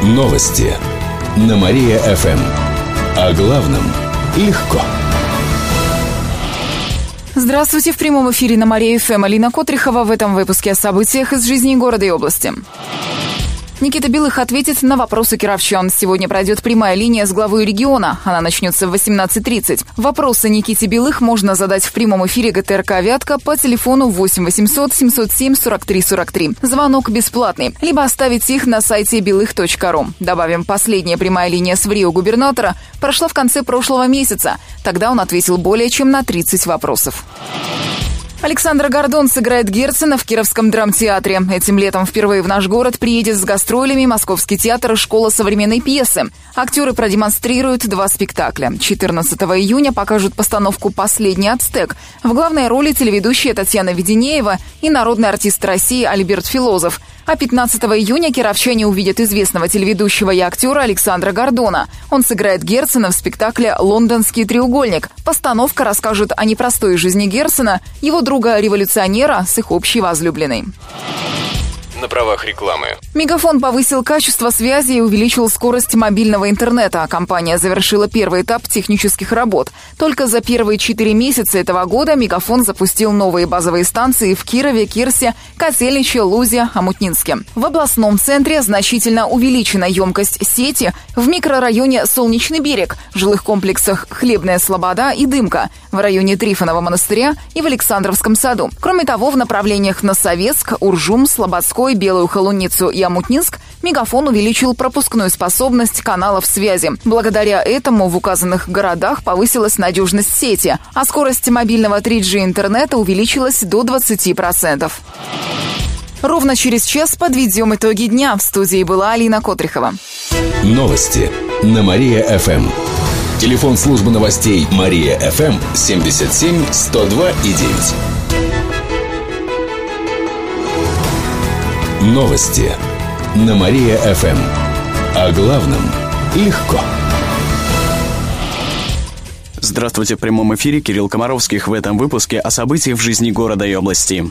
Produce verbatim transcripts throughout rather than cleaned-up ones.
Новости на Мария-ФМ. О главном легко. Здравствуйте, в прямом эфире на Мария-ФМ Алина Котрихова. В этом выпуске о событиях из жизни города и области. Никита Белых ответит на вопросы кировчан. Сегодня пройдет прямая линия с главой региона. Она начнется в восемнадцать тридцать. Вопросы Никите Белых можно задать в прямом эфире ГТРК «Вятка» по телефону восемь восемьсот семьсот семь сорок три сорок три. Звонок бесплатный. Либо оставить их на сайте белых точка ру. Добавим, последняя прямая линия с ВРИО губернатора прошла в конце прошлого месяца. Тогда он ответил более чем на тридцать вопросов. Александра Гордон сыграет Герцена в Кировском драмтеатре. Этим летом впервые в наш город приедет с гастролями Московский театр и школа современной пьесы. Актеры продемонстрируют два спектакля. четырнадцатого июня покажут постановку «Последний ацтек». В главной роли телеведущая Татьяна Веденеева и народный артист России Альберт Филозов. А пятнадцатого июня кировчане увидят известного телеведущего и актера Александра Гордона. Он сыграет Герцена в спектакле «Лондонский треугольник». Постановка расскажет о непростой жизни Герцена, его друга-революционера с их общей возлюбленной. На правах рекламы. Мегафон повысил качество связи и увеличил скорость мобильного интернета. Компания завершила первый этап технических работ. Только за первые четыре месяца этого года Мегафон запустил новые базовые станции в Кирове, Кирсе, Котельниче, Лузе, Омутнинске. В областном центре значительно увеличена емкость сети в микрорайоне Солнечный берег, в жилых комплексах Хлебная Слобода и Дымка, в районе Трифонова монастыря и в Александровском саду. Кроме того, в направлениях на Советск, Уржум, Слободской, Белую Холуницу и Омутнинск Мегафон увеличил пропускную способность каналов связи. Благодаря этому в указанных городах повысилась надежность сети, а скорость мобильного три джи интернета увеличилась до двадцати процентов. Ровно через час подведем итоги дня. В студии была Алина Котрихова. Новости на Мария-ФМ. Телефон службы новостей Мария-ФМ семьдесят семь сто два и девять. Новости на Мария-ФМ. О главном легко. Здравствуйте, в прямом эфире Кирилл Комаровских. В этом выпуске о событиях в жизни города и области.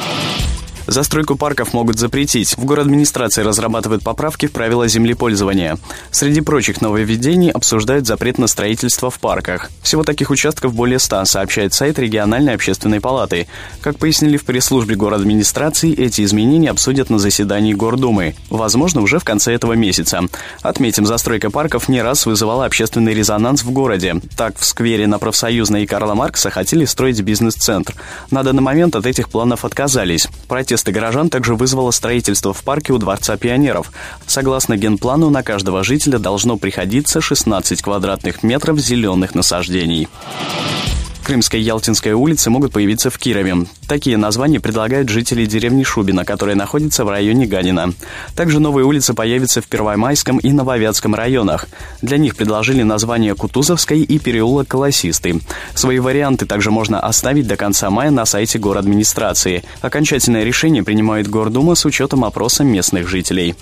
Застройку парков могут запретить. В городадминистрации разрабатывают поправки в правила землепользования. Среди прочих нововведений обсуждают запрет на строительство в парках. Всего таких участков более ста, сообщает сайт региональной общественной палаты. Как пояснили в пресс-службе городадминистрации, эти изменения обсудят на заседании Гордумы. Возможно, уже в конце этого месяца. Отметим, застройка парков не раз вызывала общественный резонанс в городе. Так, в сквере на Профсоюзной и Карла Маркса хотели строить бизнес-центр. На данный момент от этих планов отказались. Протесты горожан также вызвало строительство в парке у Дворца пионеров. Согласно генплану, на каждого жителя должно приходиться шестнадцать квадратных метров зеленых насаждений. Крымская и Ялтинская улицы могут появиться в Кирове. Такие названия предлагают жители деревни Шубино, которая находится в районе Ганина. Также новые улицы появятся в Первомайском и Нововятском районах. Для них предложили названия Кутузовской и переулок Колосистый. Свои варианты также можно оставить до конца мая на сайте городадминистрации. Окончательное решение принимает Гордума с учетом опроса местных жителей.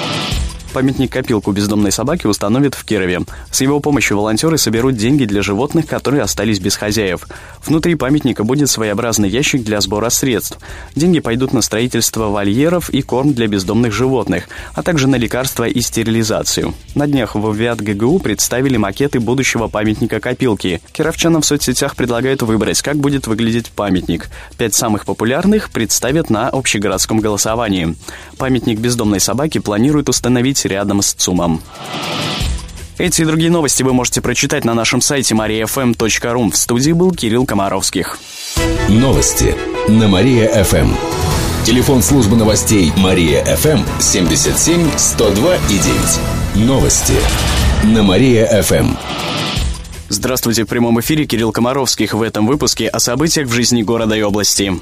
Памятник-копилку бездомной собаки установят в Кирове. С его помощью волонтеры соберут деньги для животных, которые остались без хозяев. Внутри памятника будет своеобразный ящик для сбора средств. Деньги пойдут на строительство вольеров и корм для бездомных животных, а также на лекарства и стерилизацию. На днях в ВятГГУ представили макеты будущего памятника-копилки. Кировчанам в соцсетях предлагают выбрать, как будет выглядеть памятник. Пять самых популярных представят на общегородском голосовании. Памятник бездомной собаки планируют установить рядом с ЦУМом. Эти и другие новости вы можете прочитать на нашем сайте мария эф эм точка ру. В студии был Кирилл Комаровских. Новости на Мария-ФМ. Телефон службы новостей Мария-ФМ семьдесят семь сто два и девять. Новости на Мария-ФМ. Здравствуйте, в прямом эфире Кирилл Комаровских. В этом выпуске о событиях в жизни города и области.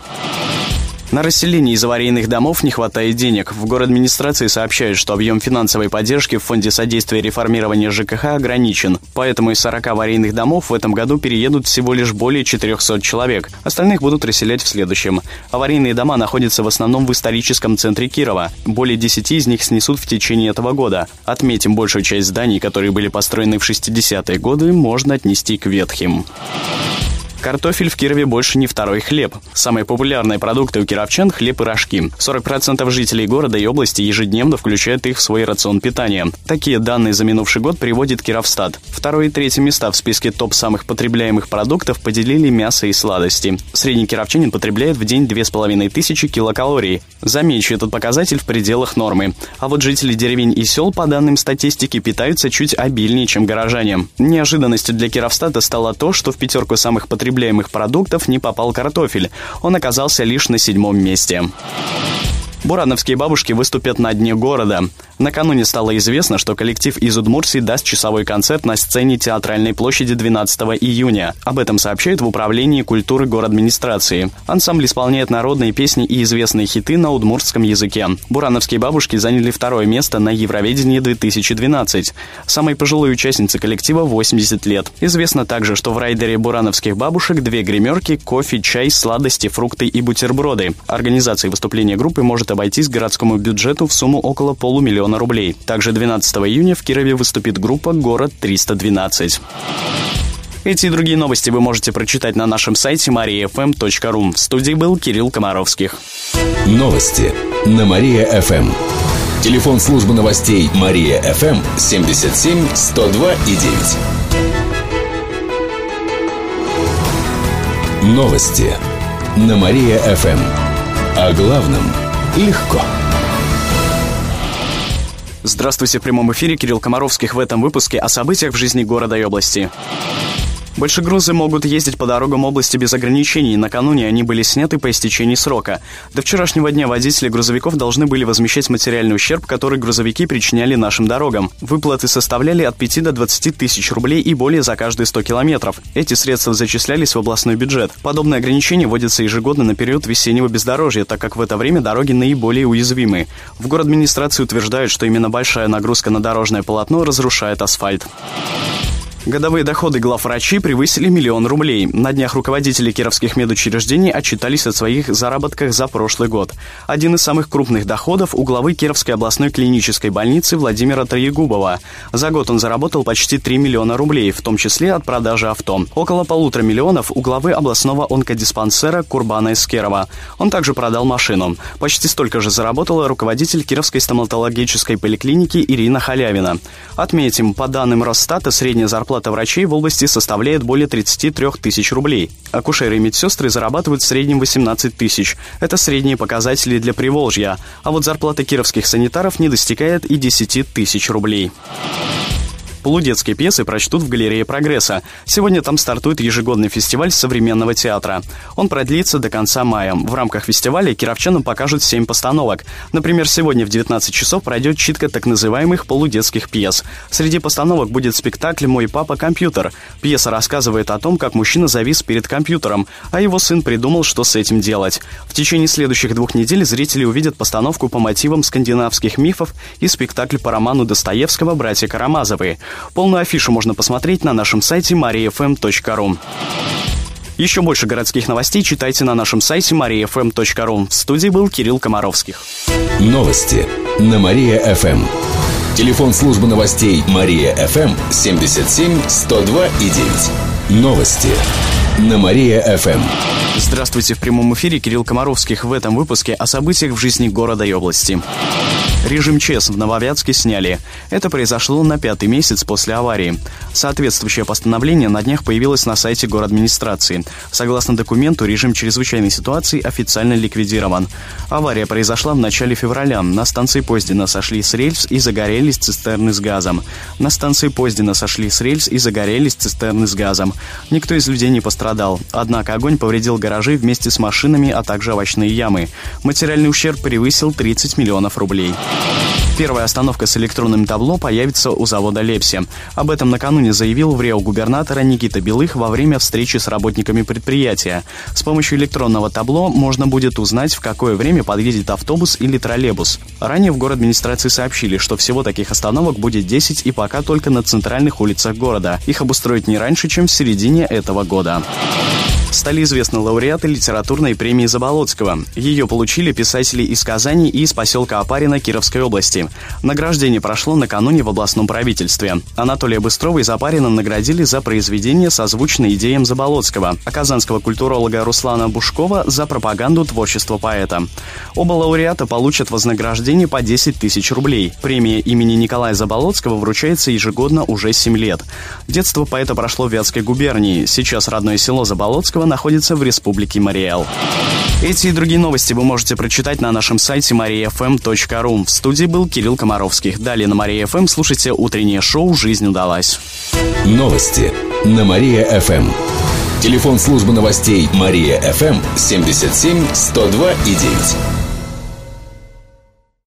На расселение из аварийных домов не хватает денег. В городадминистрации сообщают, что объем финансовой поддержки в Фонде содействия реформирования ЖКХ ограничен. Поэтому из сорока аварийных домов в этом году переедут всего лишь более четырехсот человек. Остальных будут расселять в следующем. Аварийные дома находятся в основном в историческом центре Кирова. Более десяти из них снесут в течение этого года. Отметим, большую часть зданий, которые были построены в шестидесятые годы, можно отнести к ветхим. Картофель в Кирове больше не второй хлеб. Самые популярные продукты у кировчан – хлеб и рожки. сорок процентов жителей города и области ежедневно включают их в свой рацион питания. Такие данные за минувший год приводит Кировстат. Второе и третье места в списке топ самых потребляемых продуктов поделили мясо и сладости. Средний кировчанин потребляет в день две с половиной тысячи килокалорий. Замечу, этот показатель в пределах нормы. А вот жители деревень и сел, по данным статистики, питаются чуть обильнее, чем горожане. Неожиданностью для Кировстата стало то, что в пятерку самых потребляемых продуктов не попал картофель. Он оказался лишь на седьмом месте. Бурановские бабушки выступят на дне города. Накануне стало известно, что коллектив из Удмуртии даст часовой концерт на сцене Театральной площади двенадцатого июня. Об этом сообщают в Управлении культуры городадминистрации. Ансамбль исполняет народные песни и известные хиты на удмуртском языке. Бурановские бабушки заняли второе место на Евровидении две тысячи двенадцать. Самой пожилой участнице коллектива восемьдесят лет. Известно также, что в райдере бурановских бабушек две гримерки, кофе, чай, сладости, фрукты и бутерброды. Организация выступления группы может обойтись городскому бюджету в сумму около полумиллиона рублей. Также двенадцатого июня в Кирове выступит группа «Город триста двенадцать». Эти и другие новости вы можете прочитать на нашем сайте мария эф эм точка ру. В студии был Кирилл Комаровских. Новости на Мария-ФМ. Телефон службы новостей Мария-ФМ семьдесят семь сто два и девять. Новости на Мария-ФМ. О главном легко. Здравствуйте, в прямом эфире Кирилл Комаровских в этом выпуске о событиях в жизни города и области. Большегрузы могут ездить по дорогам области без ограничений. Накануне они были сняты по истечении срока. До вчерашнего дня водители грузовиков должны были возмещать материальный ущерб, который грузовики причиняли нашим дорогам. Выплаты составляли от пяти до двадцати тысяч рублей и более за каждые сто километров. Эти средства зачислялись в областной бюджет. Подобные ограничения вводятся ежегодно на период весеннего бездорожья, так как в это время дороги наиболее уязвимы. В городадминистрации утверждают, что именно большая нагрузка на дорожное полотно разрушает асфальт. Годовые доходы главврачей превысили миллион рублей. На днях руководители кировских медучреждений отчитались о своих заработках за прошлый год. Один из самых крупных доходов у главы Кировской областной клинической больницы Владимира Троегубова. За год он заработал почти три миллиона рублей, в том числе от продажи авто. Около полутора миллионов у главы областного онкодиспансера Курбана Эскерова. Он также продал машину. Почти столько же заработала руководитель Кировской стоматологической поликлиники Ирина Халявина. Отметим, по данным Росстата, средняя зарплата врачей в области составляет более тридцати трёх тысяч рублей. Акушеры и медсестры зарабатывают в среднем восемнадцать тысяч. Это средние показатели для Приволжья. А вот зарплата кировских санитаров не достигает и десяти тысяч рублей. Полудетские пьесы прочтут в галерее «Прогресса». Сегодня там стартует ежегодный фестиваль современного театра. Он продлится до конца мая. В рамках фестиваля кировчанам покажут семь постановок. Например, сегодня в девятнадцать часов пройдет читка так называемых полудетских пьес. Среди постановок будет спектакль «Мой папа компьютер». Пьеса рассказывает о том, как мужчина завис перед компьютером, а его сын придумал, что с этим делать. В течение следующих двух недель зрители увидят постановку по мотивам скандинавских мифов и спектакль по роману Достоевского «Братья Карамазовы». Полную афишу можно посмотреть на нашем сайте мария эф эм точка ру. Еще больше городских новостей читайте на нашем сайте мария эф эм точка ру. В студии был Кирилл Комаровских. Новости на Мария-ФМ. Телефон службы новостей Мария-ФМ семьдесят семь сто два и девять. Новости на Мария-ФМ. Здравствуйте, в прямом эфире Кирилл Комаровских в этом выпуске о событиях в жизни города и области. Режим ЧС в Нововятске сняли. Это произошло на пятый месяц после аварии. Соответствующее постановление на днях появилось на сайте городадминистрации. Согласно документу, режим чрезвычайной ситуации официально ликвидирован. Авария произошла в начале февраля. На станции Поздина сошли с рельс и загорелись цистерны с газом. На станции Поздина сошли с рельс и загорелись цистерны с газом. Никто из людей не пострадал. Однако огонь повредил гаражи вместе с машинами, а также овощные ямы. Материальный ущерб превысил тридцать миллионов рублей. Первая остановка с электронным табло появится у завода «Лепси». Об этом накануне заявил в РИО губернатора Никита Белых во время встречи с работниками предприятия. С помощью электронного табло можно будет узнать, в какое время подъедет автобус или троллейбус. Ранее в городадминистрации сообщили, что всего таких остановок будет десять и пока только на центральных улицах города. Их обустроят не раньше, чем в середине этого года. Стали известны лауреаты литературной премии Заболоцкого. Ее получили писатели из Казани и из поселка Опарино Кировской области. Награждение прошло накануне в областном правительстве. Анатолия Быстрова из Опарина наградили за произведение, созвучное идеям Заболоцкого, а казанского культуролога Руслана Бушкова за пропаганду творчества поэта. Оба лауреата получат вознаграждение по десять тысяч рублей. Премия имени Николая Заболоцкого вручается ежегодно уже семь лет. Детство поэта прошло в Вятской губернии. Сейчас родное село Заболоцкого находится в республике Марий Эл. Эти и другие новости вы можете прочитать на нашем сайте мария эф эм точка ру. В студии был Кирилл Комаровский. Далее на Мария эф эм слушайте утреннее шоу «Жизнь удалась». Новости на Мария эф эм. Телефон службы новостей Мария эф эм семьдесят семь сто два и девять.